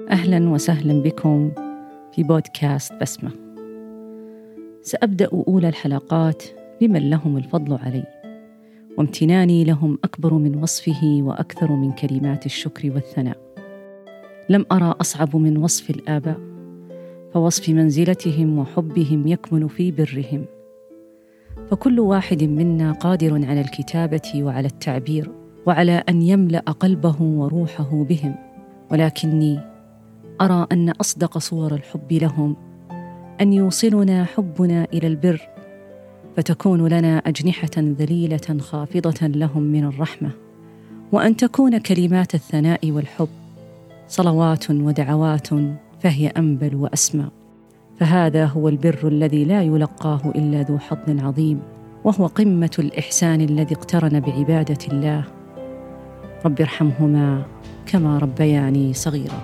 أهلا وسهلا بكم في بودكاست بسمة. سأبدأ أولى الحلقات بمن لهم الفضل علي، وامتناني لهم أكبر من وصفه وأكثر من كلمات الشكر والثناء. لم أرى أصعب من وصف الآباء، فوصف منزلتهم وحبهم يكمن في برهم، فكل واحد منا قادر على الكتابة وعلى التعبير وعلى أن يملأ قلبه وروحه بهم، ولكني أرى أن أصدق صور الحب لهم أن يوصلنا حبنا إلى البر، فتكون لنا أجنحة ذليلة خافضة لهم من الرحمة، وأن تكون كلمات الثناء والحب صلوات ودعوات فهي أنبل وأسمى. فهذا هو البر الذي لا يلقاه إلا ذو حظ عظيم، وهو قمة الإحسان الذي اقترن بعبادة الله. رب ارحمهما كما ربياني صغيرا.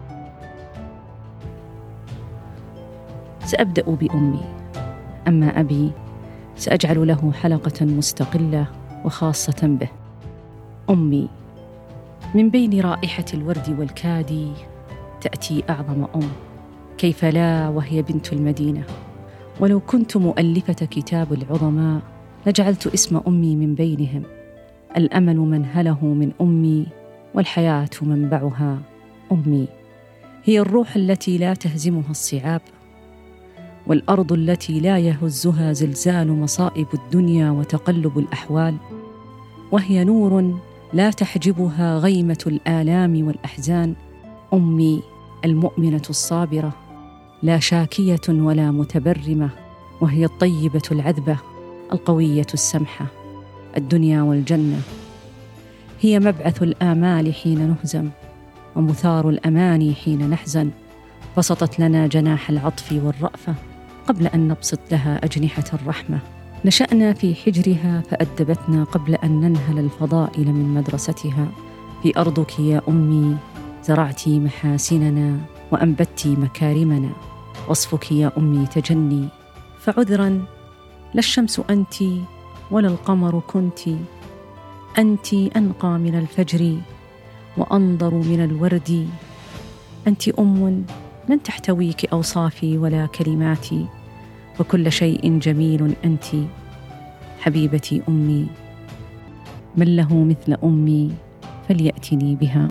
سأبدأ بأمي، أما أبي سأجعل له حلقة مستقلة وخاصة به. أمي من بين رائحة الورد والكادي تأتي أعظم أم، كيف لا وهي بنت المدينة. ولو كنت مؤلفة كتاب العظماء لجعلت اسم أمي من بينهم. الأمل منهله من أمي، والحياة منبعها أمي. هي الروح التي لا تهزمها الصعاب، والأرض التي لا يهزها زلزال مصائب الدنيا وتقلب الأحوال، وهي نور لا تحجبها غيمة الآلام والأحزان. أمي المؤمنة الصابرة، لا شاكية ولا متبرمة، وهي الطيبة العذبة القوية السمحة، الدنيا والجنة. هي مبعث الآمال حين نهزم، ومثار الأماني حين نحزن. بسطت لنا جناح العطف والرأفة قبل أن نبسط لها أجنحة الرحمة. نشأنا في حجرها فأدبتنا قبل أن ننهل الفضائل من مدرستها. في أرضك يا أمي زرعت محاسننا وأنبت مكارمنا. وصفك يا أمي تجني، فعذرا لا الشمس أنت ولا القمر كنت. أنت أنقى من الفجر وأنظر من الورد. أنت أم لن تحتويك أوصافي ولا كلماتي، وكل شيء جميل أنت حبيبتي أمي. من له مثل أمي فليأتني بها.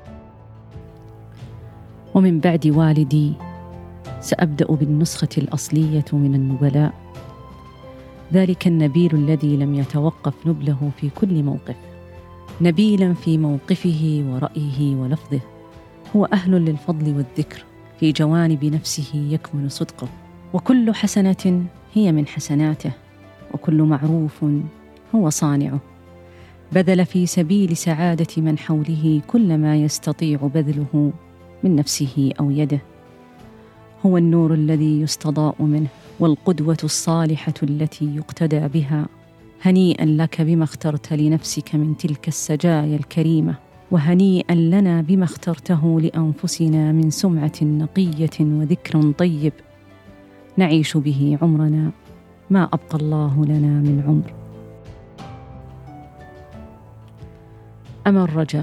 ومن بعد والدي سأبدأ بالنسخة الأصلية من النبلاء، ذلك النبيل الذي لم يتوقف نبله في كل موقف، نبيلا في موقفه ورأيه ولفظه. هو أهل للفضل والذكر، في جوانب نفسه يكمن صدقه، وكل حسنة هي من حسناته، وكل معروف هو صانعه. بذل في سبيل سعادة من حوله كل ما يستطيع بذله من نفسه أو يده. هو النور الذي يستضاء منه، والقدوة الصالحة التي يقتدى بها. هنيئا لك بما اخترت لنفسك من تلك السجايا الكريمة، وهنيئا لنا بما اخترته لأنفسنا من سمعة نقية وذكر طيب نعيش به عمرنا ما أبقى الله لنا من عمر. أما الرجاء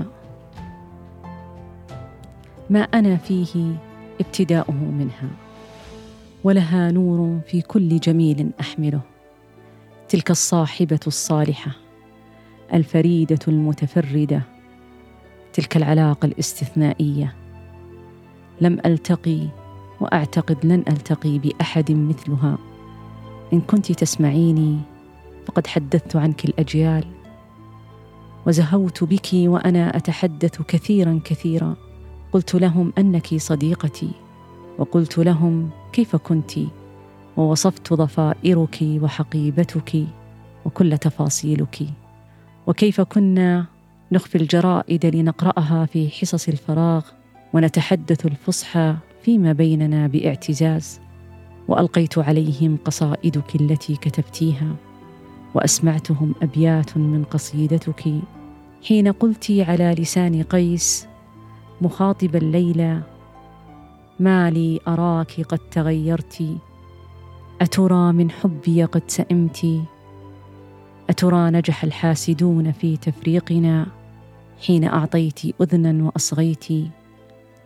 ما أنا فيه ابتداؤه منها، ولها نور في كل جميل أحمله. تلك الصاحبة الصالحة الفريدة المتفردة، تلك العلاقة الاستثنائية. لم ألتقي وأعتقد لن ألتقي بأحد مثلها. إن كنت تسمعيني فقد حدثت عنك الأجيال، وزهوت بك وأنا أتحدث كثيرا كثيرا. قلت لهم أنك صديقتي، وقلت لهم كيف كنت، ووصفت ضفائرك وحقيبتك وكل تفاصيلك، وكيف كنا نخفي الجرائد لنقرأها في حصص الفراغ، ونتحدث الفصحى فيما بيننا باعتزاز. وألقيت عليهم قصائدك التي كتبتيها، وأسمعتهم أبيات من قصيدتك حين قلت على لسان قيس مخاطبا ليلى: ما لي أراك قد تغيرت، أترى من حبي قد سئمت، أترى نجح الحاسدون في تفريقنا، حين أعطيت أذنا وأصغيت،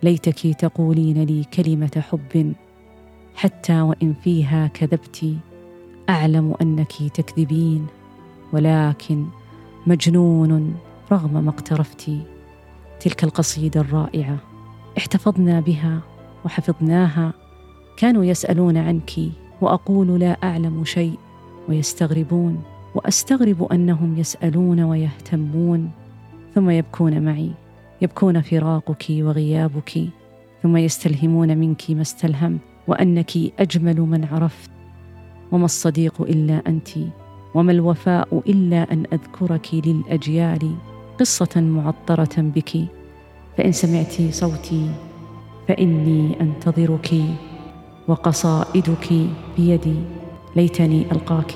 ليتك تقولين لي كلمة حب حتى وإن فيها كذبت. أعلم أنك تكذبين ولكن مجنون رغم ما اقترفت. تلك القصيدة الرائعة احتفظنا بها وحفظناها. كانوا يسألون عنك وأقول لا أعلم شيء ويستغربون، وأستغرب أنهم يسألون ويهتمون، ثم يبكون معي، يبكون فراقك وغيابك، ثم يستلهمون منك ما استلهمت، وأنك أجمل من عرفت، وما الصديق إلا أنت، وما الوفاء إلا أن أذكرك للأجيال قصة معطرة بك. فإن سمعت صوتي فإني أنتظرك، وقصائدك بيدي ليتني ألقاك.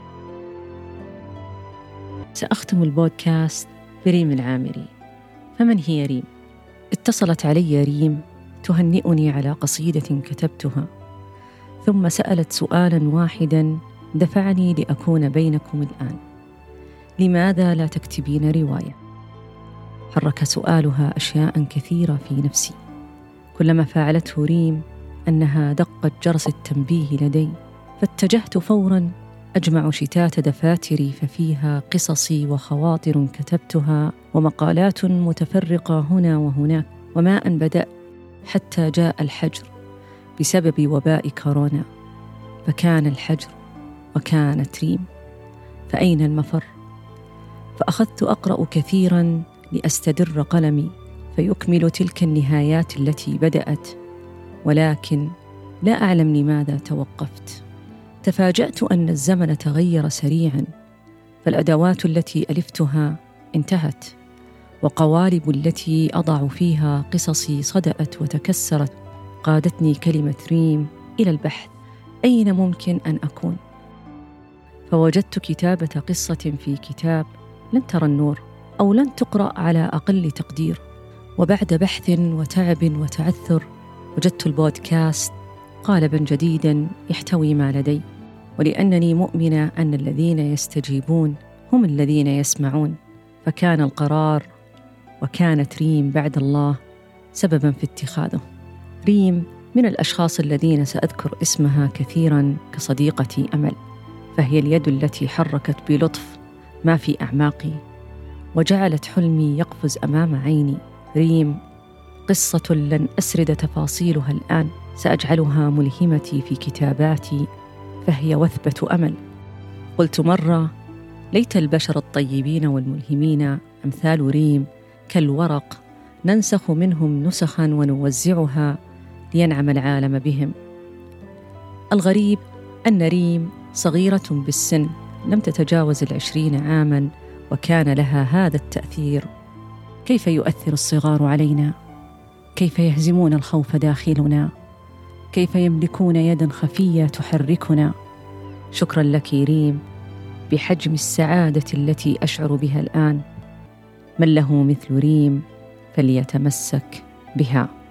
سأختم البودكاست بريم العامري. فمن هي ريم؟ اتصلت علي ريم تهنئني على قصيدة كتبتها، ثم سألت سؤالا واحدا دفعني لأكون بينكم الآن: لماذا لا تكتبين رواية؟ حرك سؤالها أشياء كثيرة في نفسي. كلما فعلته ريم أنها دقت جرس التنبيه لدي، فاتجهت فورا أجمع شتات دفاتري، ففيها قصصي وخواطر كتبتها ومقالات متفرقة هنا وهناك. وما أن بدأ حتى جاء الحجر بسبب وباء كورونا، فكان الحجر وكانت ريم، فأين المفر؟ فأخذت أقرأ كثيرا لأستدر قلمي فيكمل تلك النهايات التي بدأت، ولكن لا أعلم لماذا توقفت. تفاجأت أن الزمن تغير سريعا، فالأدوات التي ألفتها انتهت، وقوالب التي أضع فيها قصصي صدأت وتكسرت. قادتني كلمة ريم إلى البحث: أين ممكن أن أكون؟ فوجدت كتابة قصة في كتاب لن ترى النور أو لن تقرأ على أقل تقدير. وبعد بحث وتعب وتعثر وجدت البودكاست قالبا جديدا يحتوي ما لدي، ولأنني مؤمنة أن الذين يستجيبون هم الذين يسمعون، فكان القرار وكانت ريم بعد الله سببا في اتخاذه. ريم من الأشخاص الذين سأذكر اسمها كثيرا كصديقتي أمل، فهي اليد التي حركت بلطف ما في أعماقي وجعلت حلمي يقفز أمام عيني. ريم قصة لن أسرد تفاصيلها الآن، سأجعلها ملهمتي في كتاباتي، فهي وثبة أمل. قلت مرة: ليت البشر الطيبين والملهمين أمثال ريم كالورق ننسخ منهم نسخا ونوزعها لينعم العالم بهم. الغريب أن ريم صغيرة بالسن، لم تتجاوز 20 عاما، وكان لها هذا التأثير. كيف يؤثر الصغار علينا؟ كيف يهزمون الخوف داخلنا؟ كيف يملكون يدا خفية تحركنا؟ شكرا لك ريم بحجم السعادة التي أشعر بها الآن. من له مثل ريم فليتمسك بها.